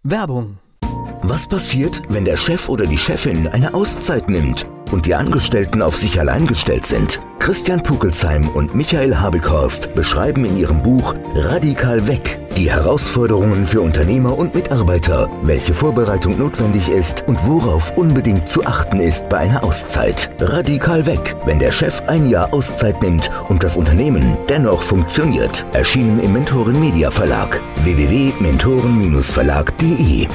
Werbung. Was passiert, wenn der Chef oder die Chefin eine Auszeit nimmt und die Angestellten auf sich allein gestellt sind? Christian Pukelsheim und Michael Habekhorst beschreiben in ihrem Buch Radikal weg die Herausforderungen für Unternehmer und Mitarbeiter, welche Vorbereitung notwendig ist und worauf unbedingt zu achten ist bei einer Auszeit. Radikal weg, wenn der Chef ein Jahr Auszeit nimmt und das Unternehmen dennoch funktioniert. Erschienen im Mentoren Media Verlag. www.mentoren-verlag.de.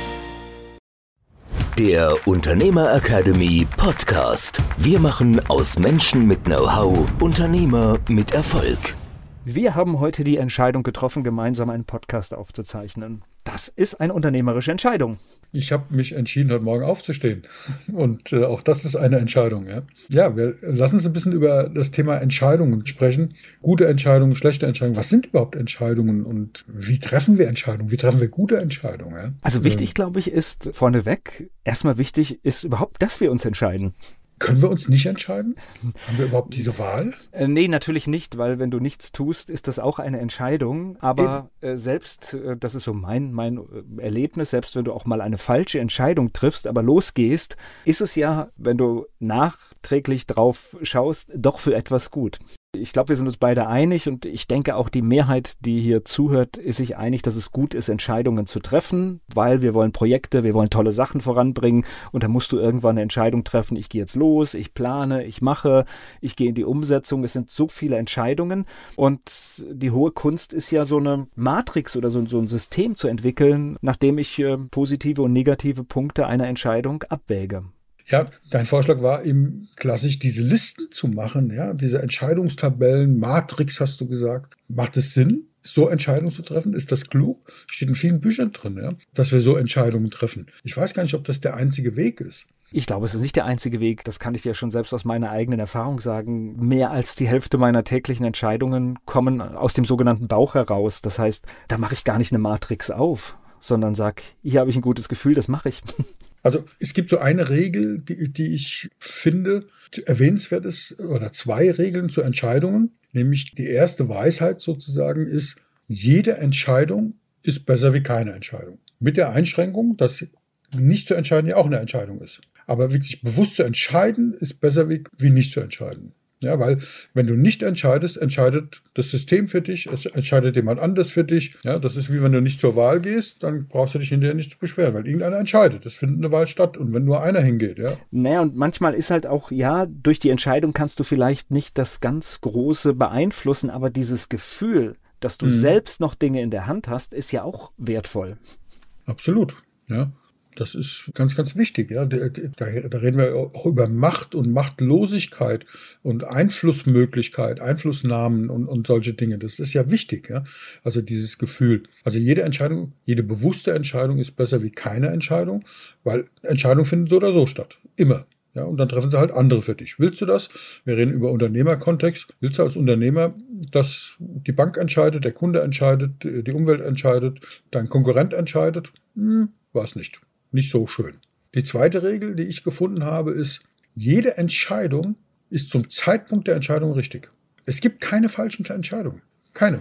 Der Unternehmer Academy Podcast. Wir machen aus Menschen mit Know-how Unternehmer mit Erfolg. Wir haben heute die Entscheidung getroffen, gemeinsam einen Podcast aufzuzeichnen. Das ist eine unternehmerische Entscheidung. Ich habe mich entschieden, heute Morgen aufzustehen. Und auch das ist eine Entscheidung. Ja, wir lassen uns ein bisschen über das Thema Entscheidungen sprechen. Gute Entscheidungen, schlechte Entscheidungen. Was sind überhaupt Entscheidungen und wie treffen wir Entscheidungen? Wie treffen wir gute Entscheidungen? Ja? Also wichtig, glaube ich, ist vorneweg, erstmal wichtig ist überhaupt, dass wir uns entscheiden. Können wir uns nicht entscheiden? Haben wir überhaupt diese Wahl? Nee, natürlich nicht, weil wenn du nichts tust, ist das auch eine Entscheidung. Aber selbst, das ist so mein Erlebnis, selbst wenn du auch mal eine falsche Entscheidung triffst, aber losgehst, ist es ja, wenn du nachträglich drauf schaust, doch für etwas gut. Ich glaube, wir sind uns beide einig und ich denke auch die Mehrheit, die hier zuhört, ist sich einig, dass es gut ist, Entscheidungen zu treffen, weil wir wollen Projekte, wir wollen tolle Sachen voranbringen und da musst du irgendwann eine Entscheidung treffen, ich gehe jetzt los, ich plane, ich mache, ich gehe in die Umsetzung. Es sind so viele Entscheidungen und die hohe Kunst ist ja so eine Matrix oder so ein System zu entwickeln, nachdem ich positive und negative Punkte einer Entscheidung abwäge. Ja, dein Vorschlag war eben klassisch, diese Listen zu machen, ja, diese Entscheidungstabellen, Matrix hast du gesagt. Macht es Sinn, so Entscheidungen zu treffen? Ist das klug? Steht in vielen Büchern drin, ja, dass wir so Entscheidungen treffen. Ich weiß gar nicht, ob das der einzige Weg ist. Ich glaube, es ist nicht der einzige Weg, das kann ich dir schon selbst aus meiner eigenen Erfahrung sagen. Mehr als die Hälfte meiner täglichen Entscheidungen kommen aus dem sogenannten Bauch heraus. Das heißt, da mache ich gar nicht eine Matrix auf, sondern sage, hier habe ich ein gutes Gefühl, das mache ich. Also es gibt so eine Regel, die ich finde erwähnenswert ist, oder zwei Regeln zu Entscheidungen. Nämlich die erste Weisheit sozusagen ist, jede Entscheidung ist besser wie keine Entscheidung. Mit der Einschränkung, dass nicht zu entscheiden ja auch eine Entscheidung ist. Aber wirklich bewusst zu entscheiden ist besser wie nicht zu entscheiden. Ja, weil wenn du nicht entscheidest, entscheidet das System für dich, es entscheidet jemand anders für dich. Ja, das ist wie wenn du nicht zur Wahl gehst, dann brauchst du dich hinterher nicht zu beschweren, weil irgendeiner entscheidet. Es findet eine Wahl statt und wenn nur einer hingeht, ja. Naja, und manchmal ist halt auch, ja, durch die Entscheidung kannst du vielleicht nicht das ganz Große beeinflussen, aber dieses Gefühl, dass du selbst noch Dinge in der Hand hast, ist ja auch wertvoll. Absolut, ja. Das ist ganz, ganz wichtig. Ja. Da reden wir auch über Macht und Machtlosigkeit und Einflussmöglichkeit, Einflussnahmen und solche Dinge. Das ist ja wichtig. Ja. Also dieses Gefühl. Also jede Entscheidung, jede bewusste Entscheidung ist besser wie keine Entscheidung, weil Entscheidungen finden so oder so statt. Immer. Ja, und dann treffen sie halt andere für dich. Willst du das? Wir reden über Unternehmerkontext. Willst du als Unternehmer, dass die Bank entscheidet, der Kunde entscheidet, die Umwelt entscheidet, dein Konkurrent entscheidet? War es nicht. Nicht so schön. Die zweite Regel, die ich gefunden habe, ist, jede Entscheidung ist zum Zeitpunkt der Entscheidung richtig. Es gibt keine falschen Entscheidungen. Keine.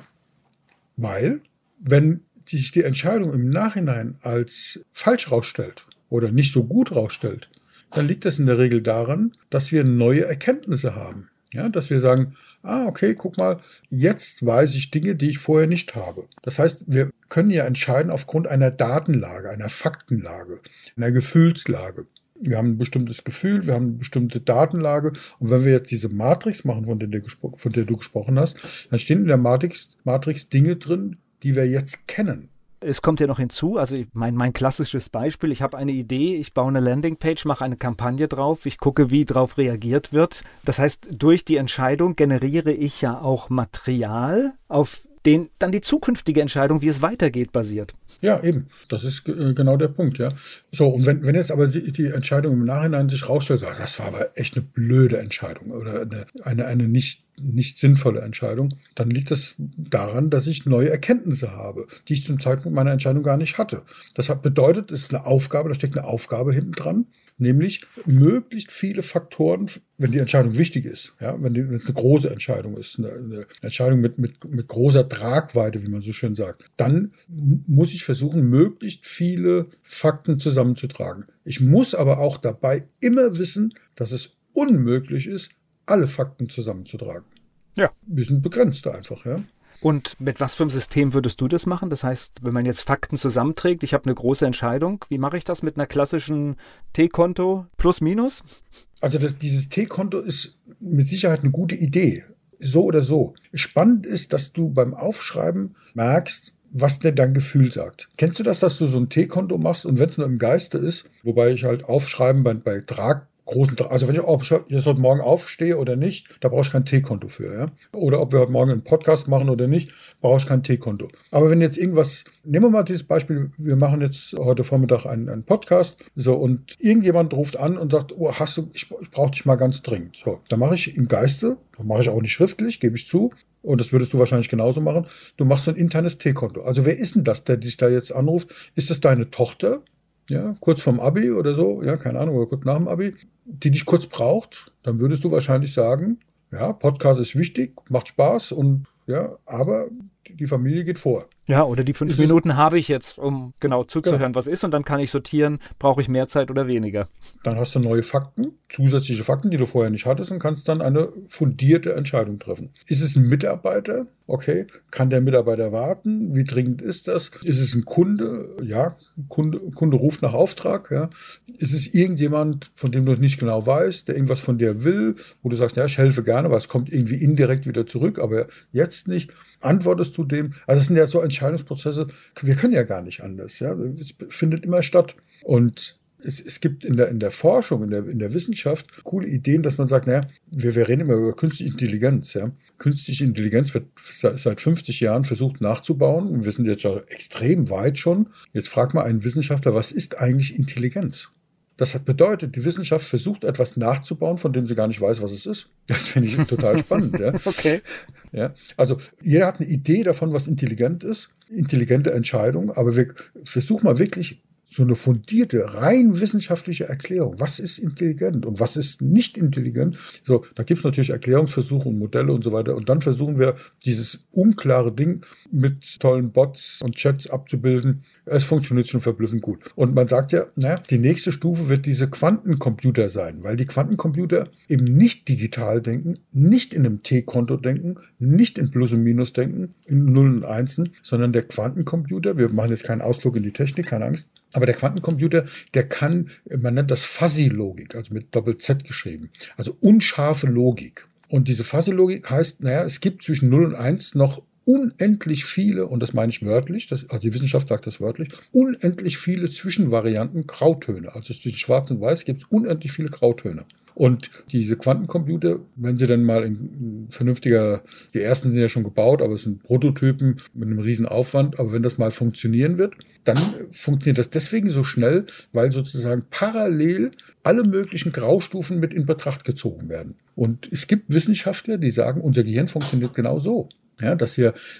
Weil, wenn sich die Entscheidung im Nachhinein als falsch rausstellt oder nicht so gut rausstellt, dann liegt das in der Regel daran, dass wir neue Erkenntnisse haben. Ja, dass wir sagen, okay, guck mal, jetzt weiß ich Dinge, die ich vorher nicht habe. Das heißt, wir können ja entscheiden aufgrund einer Datenlage, einer Faktenlage, einer Gefühlslage. Wir haben ein bestimmtes Gefühl, wir haben eine bestimmte Datenlage. Und wenn wir jetzt diese Matrix machen, von der du gesprochen hast, dann stehen in der Matrix Dinge drin, die wir jetzt kennen. Es kommt ja noch hinzu, also mein klassisches Beispiel, ich habe eine Idee, ich baue eine Landingpage, mache eine Kampagne drauf, ich gucke, wie drauf reagiert wird. Das heißt, durch die Entscheidung generiere ich ja auch Material, auf den dann die zukünftige Entscheidung, wie es weitergeht, basiert. Ja, eben. Das ist genau der Punkt, ja. So, und wenn jetzt aber die Entscheidung im Nachhinein sich rausstellt, das war aber echt eine blöde Entscheidung oder eine nicht sinnvolle Entscheidung, dann liegt das daran, dass ich neue Erkenntnisse habe, die ich zum Zeitpunkt meiner Entscheidung gar nicht hatte. Das bedeutet, es ist eine Aufgabe, da steckt eine Aufgabe hinten dran. nämlich möglichst viele Faktoren, wenn die Entscheidung wichtig ist, ja, wenn es eine große Entscheidung ist, eine Entscheidung mit großer Tragweite, wie man so schön sagt, dann muss ich versuchen, möglichst viele Fakten zusammenzutragen. Ich muss aber auch dabei immer wissen, dass es unmöglich ist, alle Fakten zusammenzutragen. Ja. Wir sind begrenzt einfach, ja. Und mit was für einem System würdest du das machen? Das heißt, wenn man jetzt Fakten zusammenträgt, ich habe eine große Entscheidung, wie mache ich das mit einer klassischen T-Konto plus minus? Also dieses T-Konto ist mit Sicherheit eine gute Idee, so oder so. Spannend ist, dass du beim Aufschreiben merkst, was dir dein Gefühl sagt. Kennst du das, dass du so ein T-Konto machst und wenn es nur im Geiste ist, wobei ich halt Aufschreiben bei also wenn ich jetzt heute Morgen aufstehe oder nicht, da brauche ich kein T-Konto für. Ja? Oder ob wir heute Morgen einen Podcast machen oder nicht, brauche ich kein T-Konto. Aber wenn jetzt irgendwas, nehmen wir mal dieses Beispiel, wir machen jetzt heute Vormittag einen Podcast, so, und irgendjemand ruft an und sagt, oh, ich brauche dich mal ganz dringend. So, da mache ich im Geiste, mache ich auch nicht schriftlich, gebe ich zu. Und das würdest du wahrscheinlich genauso machen. Du machst so ein internes T-Konto. Also wer ist denn das, der dich da jetzt anruft? Ist das deine Tochter? Ja, kurz vorm Abi oder so, ja, keine Ahnung, oder kurz nach dem Abi, die dich kurz braucht, dann würdest du wahrscheinlich sagen, ja, Podcast ist wichtig, macht Spaß und ja, aber die Familie geht vor. Ja, oder die 5 Minuten habe ich jetzt, um genau zuzuhören, was ist, und dann kann ich sortieren, brauche ich mehr Zeit oder weniger. Dann hast du neue Fakten, zusätzliche Fakten, die du vorher nicht hattest, und kannst dann eine fundierte Entscheidung treffen. Ist es ein Mitarbeiter? Okay. Kann der Mitarbeiter warten? Wie dringend ist das? Ist es ein Kunde? Ja, Kunde ruft nach Auftrag. Ja. Ist es irgendjemand, von dem du nicht genau weißt, der irgendwas von dir will, wo du sagst, ja, ich helfe gerne, aber es kommt irgendwie indirekt wieder zurück, aber jetzt nicht. Antwortest du dem? Also es sind ja so Entscheidungsprozesse, wir können ja gar nicht anders. Ja? Es findet immer statt. Und es gibt in der Forschung, in der Wissenschaft coole Ideen, dass man sagt, naja, wir reden immer über künstliche Intelligenz. Ja? Künstliche Intelligenz wird seit 50 Jahren versucht nachzubauen. Und wir sind jetzt schon extrem weit schon. Jetzt frag mal einen Wissenschaftler, was ist eigentlich Intelligenz? Das hat bedeutet, die Wissenschaft versucht, etwas nachzubauen, von dem sie gar nicht weiß, was es ist. Das finde ich total spannend. Ja. Okay. Ja, also jeder hat eine Idee davon, was intelligent ist, intelligente Entscheidung, aber wir versuchen mal wirklich so eine fundierte, rein wissenschaftliche Erklärung. Was ist intelligent und was ist nicht intelligent? So, da gibt es natürlich Erklärungsversuche und Modelle und so weiter. Und dann versuchen wir, dieses unklare Ding mit tollen Bots und Chats abzubilden. Es funktioniert schon verblüffend gut. Und man sagt ja, naja, die nächste Stufe wird diese Quantencomputer sein, weil die Quantencomputer eben nicht digital denken, nicht in einem T-Konto denken, nicht in Plus und Minus denken, in Nullen und Einsen, sondern der Quantencomputer, wir machen jetzt keinen Ausflug in die Technik, keine Angst, aber der Quantencomputer, der kann, man nennt das Fuzzy-Logik, also mit Doppel-Z geschrieben, also unscharfe Logik. Und diese Fuzzy-Logik heißt, naja, es gibt zwischen 0 und 1 noch unendlich viele, und das meine ich wörtlich, also die Wissenschaft sagt das wörtlich, unendlich viele Zwischenvarianten, Grautöne. Also zwischen Schwarz und Weiß gibt es unendlich viele Grautöne. Und diese Quantencomputer, wenn sie dann mal in vernünftiger, die ersten sind ja schon gebaut, aber es sind Prototypen mit einem riesen Aufwand, aber wenn das mal funktionieren wird, dann funktioniert das deswegen so schnell, weil sozusagen parallel alle möglichen Graustufen mit in Betracht gezogen werden. Und es gibt Wissenschaftler, die sagen, unser Gehirn funktioniert genau so. Ja, dass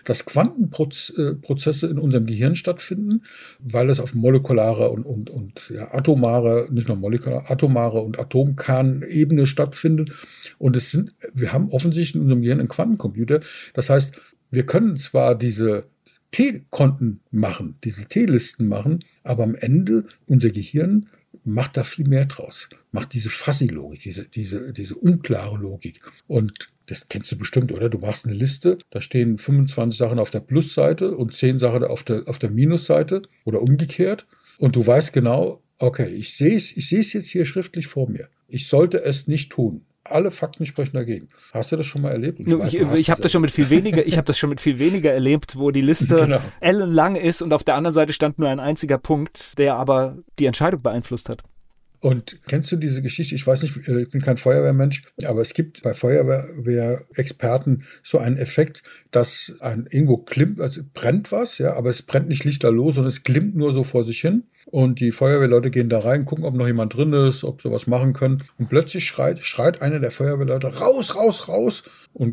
Quantenprozesse in unserem Gehirn stattfinden, weil es auf molekularer und atomarer, nicht nur molekularer, atomarer und Atomkernebene stattfindet. Und wir haben offensichtlich in unserem Gehirn einen Quantencomputer. Das heißt, wir können zwar diese T-Konten machen, diese T-Listen machen, aber am Ende unser Gehirn macht da viel mehr draus, macht diese Fuzzy-Logik, diese unklare Logik. Und das kennst du bestimmt, oder? Du machst eine Liste, da stehen 25 Sachen auf der Plusseite und 10 Sachen auf der Minusseite oder umgekehrt. Und du weißt genau, okay, ich sehe es jetzt hier schriftlich vor mir. Ich sollte es nicht tun. Alle Fakten sprechen dagegen. Hast du das schon mal erlebt? Ich habe das schon mit viel weniger erlebt, wo die Liste ellenlang ist und auf der anderen Seite stand nur ein einziger Punkt, der aber die Entscheidung beeinflusst hat. Und kennst du diese Geschichte? Ich weiß nicht, ich bin kein Feuerwehrmensch, aber es gibt bei Feuerwehrexperten so einen Effekt, dass irgendwo brennt was, ja, aber es brennt nicht lichterloh, sondern es glimmt nur so vor sich hin. Und die Feuerwehrleute gehen da rein, gucken, ob noch jemand drin ist, ob sie was machen können. Und plötzlich schreit einer der Feuerwehrleute, raus, raus, raus. Und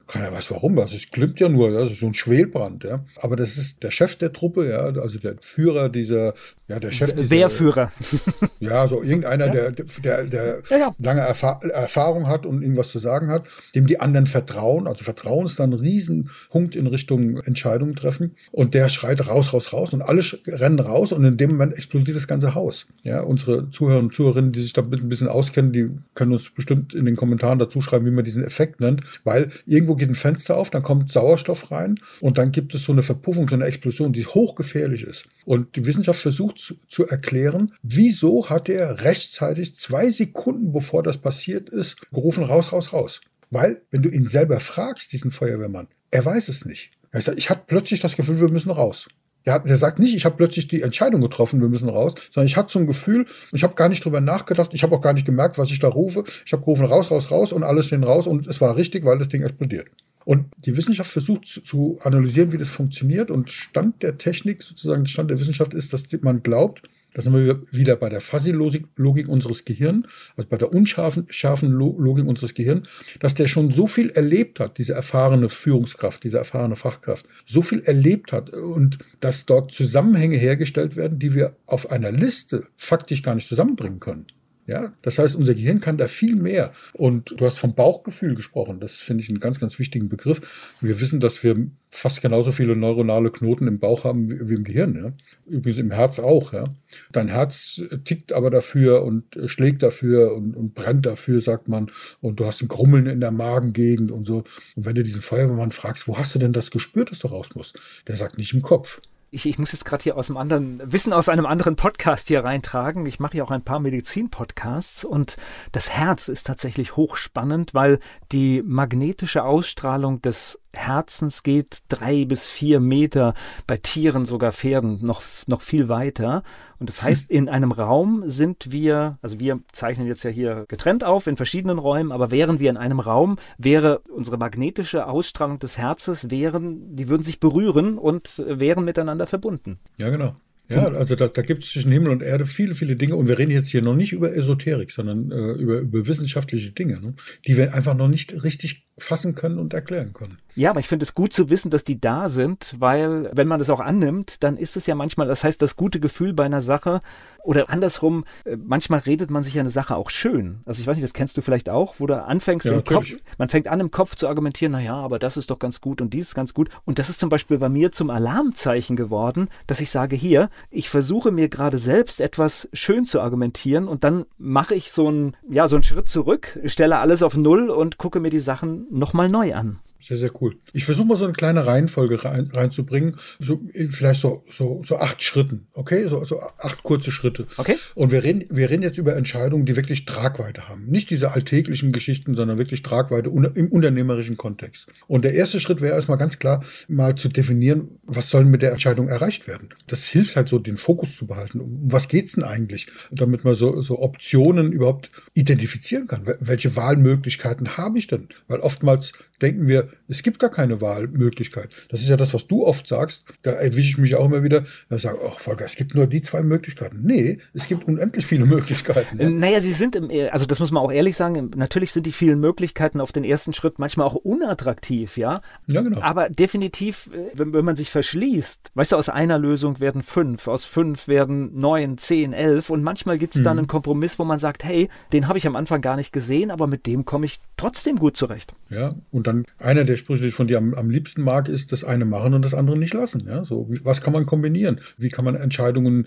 Keiner weiß warum, es glimmt ja nur, das ist so ein Schwelbrand, ja. Aber das ist der Chef der Truppe, ja, also der Führer der Chef dieser... Wehrführer. Ja, so irgendeiner, Ja. der Ja. lange Erfahrung hat und irgendwas zu sagen hat, dem die anderen vertrauen. Also Vertrauen ist dann ein Riesenpunkt in Richtung Entscheidungen treffen. Und der schreit raus, raus, raus und alle rennen raus und in dem Moment explodiert das ganze Haus. Ja, unsere Zuhörer und Zuhörerinnen, die sich da ein bisschen auskennen, die können uns bestimmt in den Kommentaren dazu schreiben, wie man diesen Effekt nennt, weil irgendwo geht ein Fenster auf, dann kommt Sauerstoff rein und dann gibt es so eine Verpuffung, so eine Explosion, die hochgefährlich ist. Und die Wissenschaft versucht zu erklären, wieso hat er rechtzeitig 2 Sekunden, bevor das passiert ist, gerufen, raus, raus, raus. Weil, wenn du ihn selber fragst, diesen Feuerwehrmann, er weiß es nicht. Er sagt, ich hatte plötzlich das Gefühl, wir müssen raus. Der sagt nicht, ich habe plötzlich die Entscheidung getroffen, wir müssen raus, sondern ich hatte so ein Gefühl, ich habe gar nicht drüber nachgedacht, ich habe auch gar nicht gemerkt, was ich da rufe. Ich habe gerufen, raus, raus, raus und alles stehen raus und es war richtig, weil das Ding explodiert. Und die Wissenschaft versucht zu analysieren, wie das funktioniert und Stand der Technik, sozusagen Stand der Wissenschaft ist, dass man glaubt, da sind wir wieder bei der Fuzzy-Logik unseres Gehirns, also bei der unscharfen Logik unseres Gehirns, dass der schon so viel erlebt hat, diese erfahrene Führungskraft, diese erfahrene Fachkraft, so viel erlebt hat und dass dort Zusammenhänge hergestellt werden, die wir auf einer Liste faktisch gar nicht zusammenbringen können. Ja, das heißt, unser Gehirn kann da viel mehr. Und du hast vom Bauchgefühl gesprochen. Das finde ich einen ganz, ganz wichtigen Begriff. Wir wissen, dass wir fast genauso viele neuronale Knoten im Bauch haben wie im Gehirn. Ja. Übrigens im Herz auch. Ja. Dein Herz tickt aber dafür und schlägt dafür und brennt dafür, sagt man. Und du hast ein Grummeln in der Magengegend und so. Und wenn du diesen Feuerwehrmann fragst, wo hast du denn das gespürt, dass du raus musst? Der sagt nicht im Kopf. Ich muss jetzt gerade hier aus einem anderen Podcast hier reintragen. Ich mache ja auch ein paar Medizin-Podcasts und das Herz ist tatsächlich hochspannend, weil die magnetische Ausstrahlung des Herzens geht 3 bis 4 Meter, bei Tieren, sogar Pferden, noch viel weiter. Und das heißt, in einem Raum sind wir, also wir zeichnen jetzt ja hier getrennt auf, in verschiedenen Räumen, aber wären wir in einem Raum, wäre unsere magnetische Ausstrahlung des Herzes, die würden sich berühren und wären miteinander verbunden. Ja, genau. Ja, also da gibt es zwischen Himmel und Erde viele, viele Dinge. Und wir reden jetzt hier noch nicht über Esoterik, sondern über wissenschaftliche Dinge, ne, die wir einfach noch nicht richtig fassen können und erklären können. Ja, aber ich finde es gut zu wissen, dass die da sind, weil wenn man das auch annimmt, dann ist es ja manchmal, das heißt, das gute Gefühl bei einer Sache oder andersrum, manchmal redet man sich ja eine Sache auch schön. Also ich weiß nicht, das kennst du vielleicht auch, wo du anfängst im Kopf, man fängt an im Kopf zu argumentieren, naja, aber das ist doch ganz gut und dies ist ganz gut. Und das ist zum Beispiel bei mir zum Alarmzeichen geworden, dass ich sage, hier, ich versuche mir gerade selbst etwas schön zu argumentieren und dann mache ich so einen Schritt zurück, stelle alles auf Null und gucke mir die Sachen nochmal neu an. Sehr, sehr cool. Ich versuche mal so eine kleine Reihenfolge reinzubringen, vielleicht so 8 Schritten, okay? So 8 kurze Schritte. Okay. Und wir reden jetzt über Entscheidungen, die wirklich Tragweite haben. Nicht diese alltäglichen Geschichten, sondern wirklich Tragweite im unternehmerischen Kontext. Und der erste Schritt wäre erstmal ganz klar, mal zu definieren, was soll mit der Entscheidung erreicht werden. Das hilft halt so, den Fokus zu behalten. Um was geht's denn eigentlich? Damit man so Optionen überhaupt identifizieren kann. Welche Wahlmöglichkeiten habe ich denn? Weil oftmals denken wir, es gibt gar keine Wahlmöglichkeit. Das ist ja das, was du oft sagst. Da erwische ich mich auch immer wieder. Da sage ich, Volker, es gibt nur die 2 Möglichkeiten. Nee, es gibt unendlich viele Möglichkeiten. Ja? Naja, sie sind, also das muss man auch ehrlich sagen, natürlich sind die vielen Möglichkeiten auf den ersten Schritt manchmal auch unattraktiv, ja? Ja, genau. Aber definitiv, wenn man sich verschließt, weißt du, aus einer Lösung werden 5, aus 5 werden 9, 10, 11 und manchmal gibt es dann einen Kompromiss, wo man sagt, hey, den habe ich am Anfang gar nicht gesehen, aber mit dem komme ich trotzdem gut zurecht. Ja, und dann einer der Sprüche, die ich von dir am liebsten mag, ist das eine machen und das andere nicht lassen. Ja, so, was kann man kombinieren? Wie kann man Entscheidungen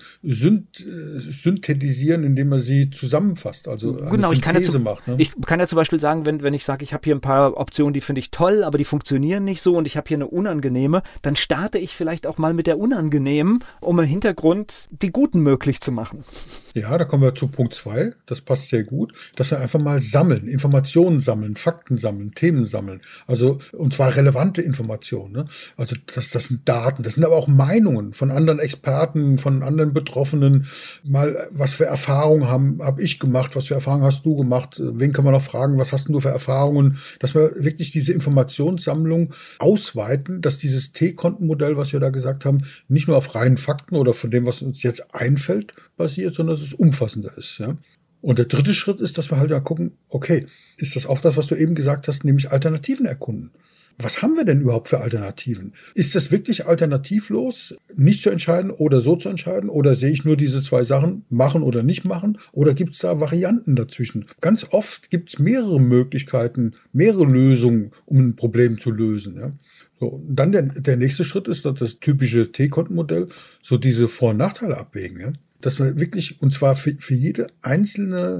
synthetisieren, indem man sie zusammenfasst? Also genau, ich kann ja zum Beispiel sagen, wenn ich sage, ich habe hier ein paar Optionen, die finde ich toll, aber die funktionieren nicht so und ich habe hier eine unangenehme, dann starte ich vielleicht auch mal mit der unangenehmen, um im Hintergrund die guten möglich zu machen. Ja, da kommen wir zu Punkt 2. Das passt sehr gut. Dass wir einfach mal sammeln, Informationen sammeln, Fakten sammeln, Themen sammeln. Also, und zwar relevante Informationen. Ne? Also, das sind Daten. Das sind aber auch Meinungen von anderen Experten, von anderen Betroffenen. Mal, was für Erfahrungen habe ich gemacht? Was für Erfahrungen hast du gemacht? Wen kann man noch fragen? Was hast du für Erfahrungen? Dass wir wirklich diese Informationssammlung ausweiten, dass dieses T-Kontenmodell, was wir da gesagt haben, nicht nur auf reinen Fakten oder von dem, was uns jetzt einfällt, basiert, sondern dass es umfassender ist. Ja? Und der dritte Schritt ist, dass wir halt ja gucken, okay, ist das auch das, was du eben gesagt hast, nämlich Alternativen erkunden. was haben wir denn überhaupt für Alternativen? Ist es wirklich alternativlos, nicht zu entscheiden oder so zu entscheiden? Oder sehe ich nur diese zwei Sachen, machen oder nicht machen? Oder gibt es da Varianten dazwischen? Ganz oft gibt es mehrere Möglichkeiten, mehrere Lösungen, um ein Problem zu lösen. Ja? So, dann der nächste Schritt ist das typische T-Kontenmodell, so diese Vor- und Nachteile abwägen. Ja? Dass wir wirklich, und zwar für jeden einzelnen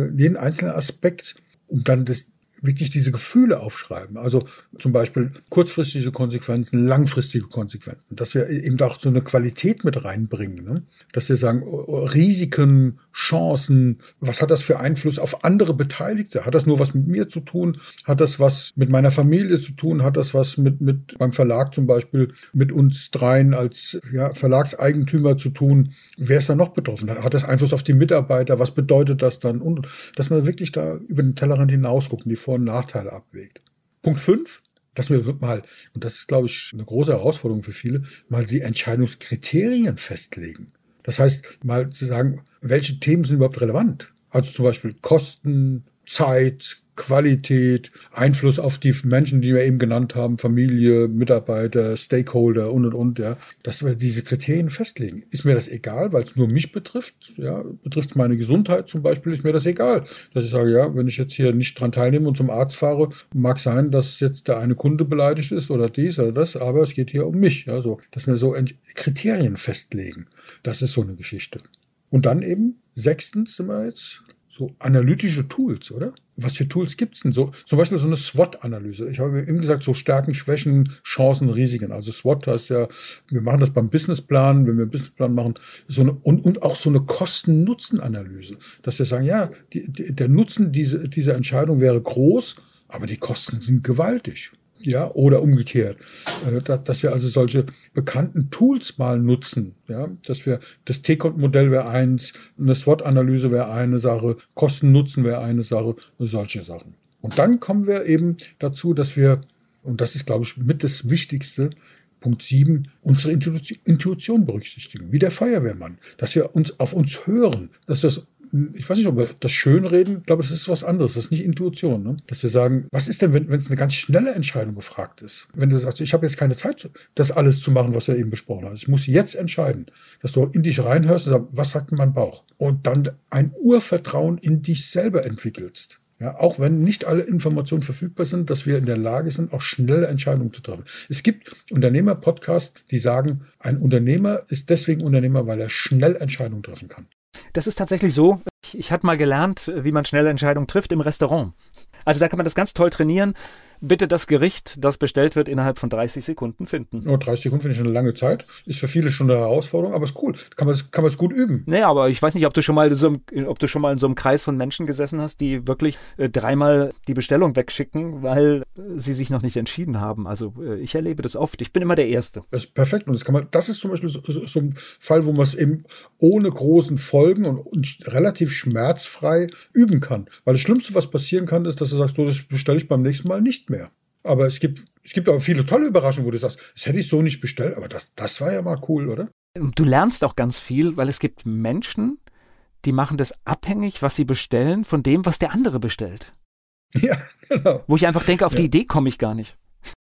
Aspekt, und dann wirklich diese Gefühle aufschreiben. Also zum Beispiel kurzfristige Konsequenzen, langfristige Konsequenzen. Dass wir eben auch so eine Qualität mit reinbringen. Ne? Dass wir sagen, Risiken, Chancen, was hat das für Einfluss auf andere Beteiligte? Hat das nur was mit mir zu tun? Hat das was mit meiner Familie zu tun? Hat das was mit beim Verlag zum Beispiel mit uns dreien als Verlagseigentümer zu tun? Wer ist da noch betroffen? Hat das Einfluss auf die Mitarbeiter? Was bedeutet das dann? Und dass man wirklich da über den Tellerrand hinausguckt und die Vor- und Nachteile abwägt. Punkt 5, dass wir mal, und das ist, glaube ich, eine große Herausforderung für viele, mal die Entscheidungskriterien festlegen. Das heißt, mal zu sagen, welche Themen sind überhaupt relevant? Also zum Beispiel Kosten, Zeit, Qualität, Einfluss auf die Menschen, die wir eben genannt haben, Familie, Mitarbeiter, Stakeholder und, ja, dass wir diese Kriterien festlegen. Ist mir das egal, weil es nur mich betrifft, ja, betrifft es meine Gesundheit zum Beispiel, ist mir das egal. Dass ich sage, ja, wenn ich jetzt hier nicht dran teilnehme und zum Arzt fahre, mag sein, dass jetzt der eine Kunde beleidigt ist oder dies oder das, aber es geht hier um mich, ja, so, dass wir so Kriterien festlegen. Das ist so eine Geschichte. Und dann eben, 6. sind wir jetzt, so analytische Tools, oder? Was für Tools gibt's denn so? Zum Beispiel so eine SWOT-Analyse. Ich habe eben gesagt, so Stärken, Schwächen, Chancen, Risiken. Also SWOT heißt ja, wir machen das beim Businessplan, wenn wir einen Businessplan machen, so eine, und auch so eine Kosten-Nutzen-Analyse. Dass wir sagen, ja, der Nutzen dieser Entscheidung wäre groß, aber die Kosten sind gewaltig. Ja, oder umgekehrt, dass wir also solche bekannten Tools mal nutzen, ja, dass wir das T-Kontenmodell wäre eins, eine SWOT-Analyse wäre eine Sache, Kosten-Nutzen wäre eine Sache, solche Sachen. Und dann kommen wir eben dazu, dass wir, und das ist, glaube ich, mit das Wichtigste, Punkt 7, unsere Intuition berücksichtigen, wie der Feuerwehrmann, dass wir auf uns hören, dass das, ich weiß nicht, ob wir das schönreden, ich glaube, das ist was anderes, das ist nicht Intuition, ne? Dass wir sagen, was ist denn, wenn es eine ganz schnelle Entscheidung gefragt ist? Wenn du sagst, ich habe jetzt keine Zeit, das alles zu machen, was wir eben besprochen haben. Ich muss jetzt entscheiden, dass du in dich reinhörst und sagst, was sagt denn mein Bauch? Und dann ein Urvertrauen in dich selber entwickelst. Ja, auch wenn nicht alle Informationen verfügbar sind, dass wir in der Lage sind, auch schnelle Entscheidungen zu treffen. Es gibt Unternehmer-Podcasts, die sagen, ein Unternehmer ist deswegen Unternehmer, weil er schnell Entscheidungen treffen kann. Das ist tatsächlich so. Ich hatte mal gelernt, wie man schnelle Entscheidungen trifft im Restaurant. Also da kann man das ganz toll trainieren. Bitte das Gericht, das bestellt wird, innerhalb von 30 Sekunden finden. Oh, 30 Sekunden finde ich eine lange Zeit. Ist für viele schon eine Herausforderung, aber ist cool. Kann man es gut üben. Naja, aber ich weiß nicht, ob du schon mal in so einem Kreis von Menschen gesessen hast, die wirklich dreimal die Bestellung wegschicken, weil sie sich noch nicht entschieden haben. Also ich erlebe das oft. Ich bin immer der Erste. Das ist perfekt. Und das ist zum Beispiel so ein Fall, wo man es eben ohne großen Folgen und relativ schmerzfrei üben kann. Weil das Schlimmste, was passieren kann, ist, dass du sagst, das bestelle ich beim nächsten Mal nicht mehr. Aber es gibt auch viele tolle Überraschungen, wo du sagst, das hätte ich so nicht bestellt, aber das war ja mal cool, oder? Du lernst auch ganz viel, weil es gibt Menschen, die machen das abhängig, was sie bestellen, von dem, was der andere bestellt. Ja, genau. Wo ich einfach denke, auf die Idee komme ich gar nicht.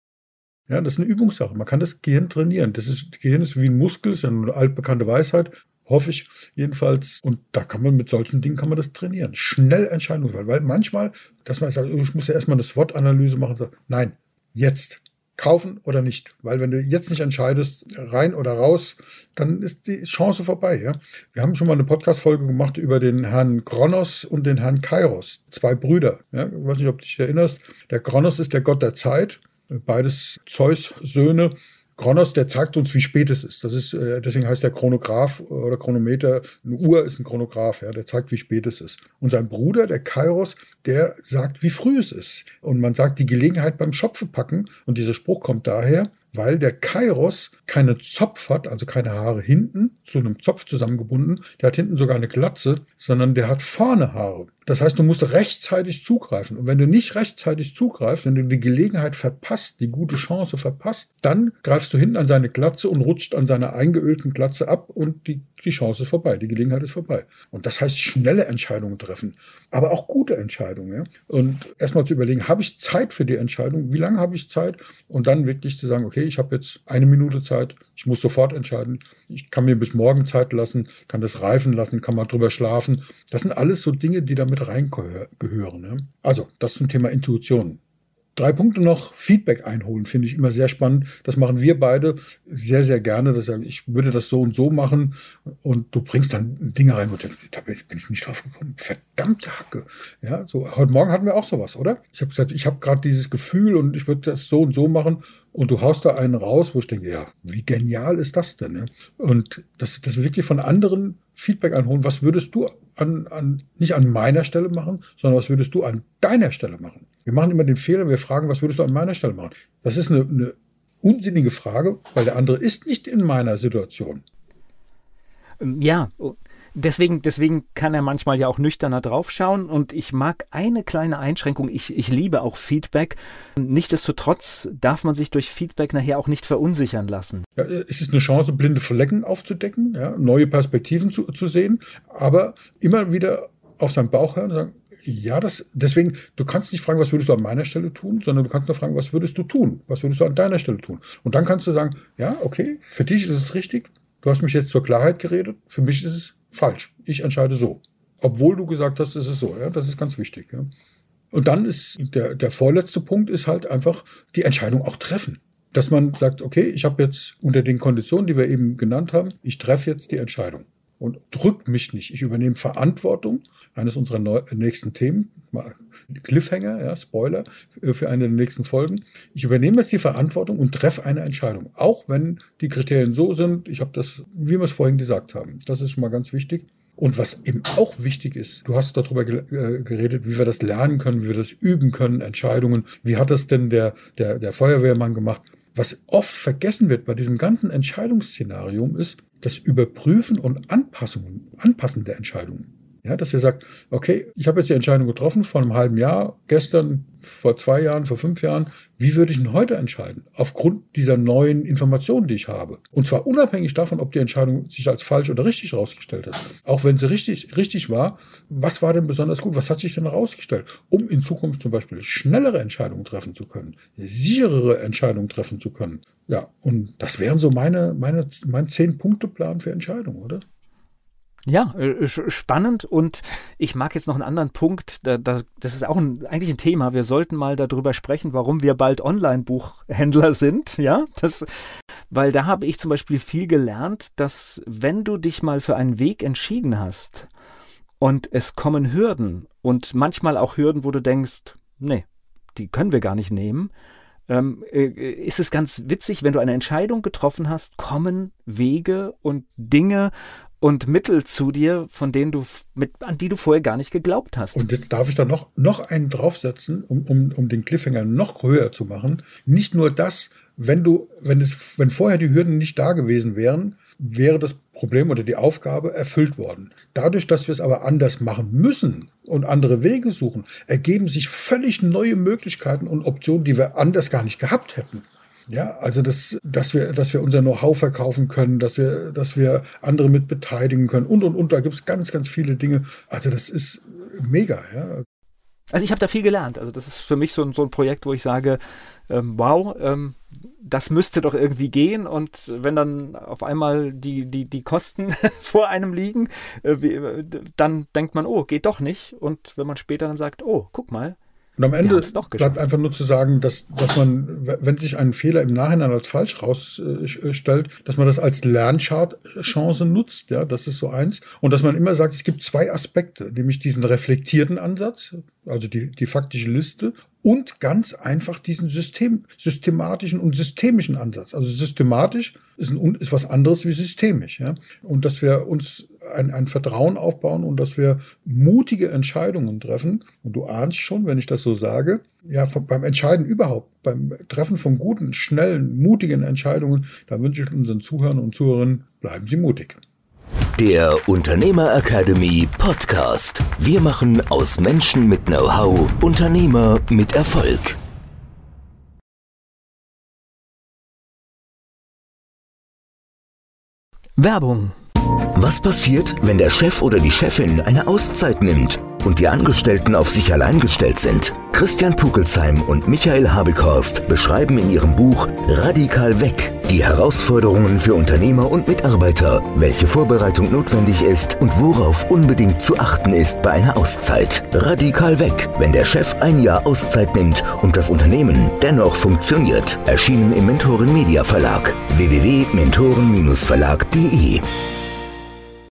Ja, das ist eine Übungssache. Man kann das Gehirn trainieren. Das Gehirn ist wie ein Muskel, ist eine altbekannte Weisheit. Hoffe ich jedenfalls. Und da kann man mit solchen Dingen das trainieren. Schnell Entscheidungen fällen. Weil manchmal, dass man sagt, ich muss ja erstmal eine SWOT-Analyse machen und sagt, nein, jetzt. Kaufen oder nicht. Weil wenn du jetzt nicht entscheidest, rein oder raus, dann ist die Chance vorbei. Ja? Wir haben schon mal eine Podcast-Folge gemacht über den Herrn Kronos und den Herrn Kairos. 2 Brüder. Ja? Ich weiß nicht, ob du dich erinnerst. Der Kronos ist der Gott der Zeit. Beides Zeus-Söhne. Kronos, der zeigt uns, wie spät es ist. Das ist, deswegen heißt der Chronograph oder Chronometer, eine Uhr ist ein Chronograph, ja, der zeigt, wie spät es ist. Und sein Bruder, der Kairos, der sagt, wie früh es ist. Und man sagt, die Gelegenheit beim Schopfe packen. Und dieser Spruch kommt daher, weil der Kairos keinen Zopf hat, also keine Haare hinten, zu einem Zopf zusammengebunden. Der hat hinten sogar eine Glatze, sondern der hat vorne Haare. Das heißt, du musst rechtzeitig zugreifen. Und wenn du nicht rechtzeitig zugreifst, wenn du die Gelegenheit verpasst, die gute Chance verpasst, dann greifst du hinten an seine Glatze und rutscht an seiner eingeölten Glatze ab und die Chance ist vorbei, die Gelegenheit ist vorbei. Und das heißt, schnelle Entscheidungen treffen, aber auch gute Entscheidungen. Ja? Und erstmal zu überlegen, habe ich Zeit für die Entscheidung? Wie lange habe ich Zeit? Und dann wirklich zu sagen, okay, ich habe jetzt 1 Minute Zeit, ich muss sofort entscheiden. Ich kann mir bis morgen Zeit lassen, kann das reifen lassen, kann mal drüber schlafen. Das sind alles so Dinge, die da mit reingehören. Ja? Also, das zum Thema Intuition. 3 Punkte noch. Feedback einholen, finde ich immer sehr spannend. Das machen wir beide sehr, sehr gerne. Das sagen, ich würde das so und so machen und du bringst dann Dinge rein, wo du denkst, da bin ich nicht drauf gekommen. Verdammte Hacke. Ja, so, heute Morgen hatten wir auch sowas, oder? Ich habe gesagt, ich habe gerade dieses Gefühl und ich würde das so und so machen. Und du haust da einen raus, wo ich denke, ja, wie genial ist das denn? Ne? Und das wirklich von anderen Feedback einholen. Was würdest du nicht an meiner Stelle machen, sondern was würdest du an deiner Stelle machen? Wir machen immer den Fehler, wir fragen, was würdest du an meiner Stelle machen? Das ist eine unsinnige Frage, weil der andere ist nicht in meiner Situation. Ja, deswegen kann er manchmal ja auch nüchterner draufschauen und ich mag eine kleine Einschränkung, ich liebe auch Feedback. Nichtsdestotrotz darf man sich durch Feedback nachher auch nicht verunsichern lassen. Ja, es ist eine Chance, blinde Flecken aufzudecken, ja, neue Perspektiven zu sehen, aber immer wieder auf seinen Bauch hören und sagen, ja, deswegen, du kannst nicht fragen, was würdest du an meiner Stelle tun, sondern du kannst nur fragen, was würdest du tun? Was würdest du an deiner Stelle tun? Und dann kannst du sagen, ja, okay, für dich ist es richtig, du hast mich jetzt zur Klarheit geredet, für mich ist es falsch. Ich entscheide so. Obwohl du gesagt hast, es ist so. Ja, das ist ganz wichtig. Ja. Und dann ist der vorletzte Punkt ist halt einfach die Entscheidung auch treffen. Dass man sagt, okay, ich habe jetzt unter den Konditionen, die wir eben genannt haben, ich treffe jetzt die Entscheidung. Und drück mich nicht. Ich übernehme Verantwortung. Eines unserer nächsten Themen, Cliffhanger, ja, Spoiler für eine der nächsten Folgen. Ich übernehme jetzt die Verantwortung und treffe eine Entscheidung. Auch wenn die Kriterien so sind, ich habe das, wie wir es vorhin gesagt haben. Das ist schon mal ganz wichtig. Und was eben auch wichtig ist, du hast darüber geredet, wie wir das lernen können, wie wir das üben können, Entscheidungen. Wie hat das denn der Feuerwehrmann gemacht? Was oft vergessen wird bei diesem ganzen Entscheidungsszenarium ist das Überprüfen und Anpassen der Entscheidungen. Ja, dass wir sagt, okay, ich habe jetzt die Entscheidung getroffen vor einem halben Jahr, gestern, vor 2 Jahren, vor 5 Jahren. Wie würde ich denn heute entscheiden? Aufgrund dieser neuen Informationen, die ich habe. Und zwar unabhängig davon, ob die Entscheidung sich als falsch oder richtig herausgestellt hat. Auch wenn sie richtig war, was war denn besonders gut? Was hat sich denn herausgestellt? Um in Zukunft zum Beispiel schnellere Entscheidungen treffen zu können, sicherere Entscheidungen treffen zu können. Ja, und das wären so mein 10-Punkte-Plan für Entscheidungen, oder? Ja, spannend und ich mag jetzt noch einen anderen Punkt, das ist auch eigentlich ein Thema, wir sollten mal darüber sprechen, warum wir bald Online-Buchhändler sind, ja, weil da habe ich zum Beispiel viel gelernt, dass wenn du dich mal für einen Weg entschieden hast und es kommen Hürden und manchmal auch Hürden, wo du denkst, nee, die können wir gar nicht nehmen, ist es ganz witzig, wenn du eine Entscheidung getroffen hast, kommen Wege und Dinge und Mittel zu dir, an die du vorher gar nicht geglaubt hast. Und jetzt darf ich da noch einen draufsetzen, um den Cliffhanger noch höher zu machen. Nicht nur das, wenn vorher die Hürden nicht da gewesen wären, wäre das Problem oder die Aufgabe erfüllt worden. Dadurch, dass wir es aber anders machen müssen und andere Wege suchen, ergeben sich völlig neue Möglichkeiten und Optionen, die wir anders gar nicht gehabt hätten. Ja, also dass wir unser Know-how verkaufen können, dass wir andere mit beteiligen können und. Da gibt es ganz, ganz viele Dinge. Also das ist mega, ja. Also ich habe da viel gelernt. Also das ist für mich so ein Projekt, wo ich sage, wow, das müsste doch irgendwie gehen. Und wenn dann auf einmal die Kosten vor einem liegen, dann denkt man, oh, geht doch nicht. Und wenn man später dann sagt, oh, guck mal, und am Ende bleibt einfach nur zu sagen, dass man, wenn sich ein Fehler im Nachhinein als falsch rausstellt, dass man das als Lernchance nutzt. Ja, das ist so eins. Und dass man immer sagt, es gibt 2 Aspekte, nämlich diesen reflektierten Ansatz, also die faktische Liste, und ganz einfach diesen systematischen und systemischen Ansatz. Also systematisch ist was anderes wie systemisch. Ja? Und dass wir uns ein Vertrauen aufbauen und dass wir mutige Entscheidungen treffen. Und du ahnst schon, wenn ich das so sage, ja, beim Entscheiden überhaupt, beim Treffen von guten, schnellen, mutigen Entscheidungen, da wünsche ich unseren Zuhörern und Zuhörerinnen, bleiben Sie mutig. Der Unternehmer Academy Podcast. Wir machen aus Menschen mit Know-how Unternehmer mit Erfolg. Werbung. Was passiert, wenn der Chef oder die Chefin eine Auszeit nimmt und die Angestellten auf sich allein gestellt sind? Christian Pukelsheim und Michael Habekhorst beschreiben in ihrem Buch Radikal weg die Herausforderungen für Unternehmer und Mitarbeiter, welche Vorbereitung notwendig ist und worauf unbedingt zu achten ist bei einer Auszeit. Radikal weg, wenn der Chef ein Jahr Auszeit nimmt und das Unternehmen dennoch funktioniert. Erschienen im Mentoren Media Verlag. www.mentoren-verlag.de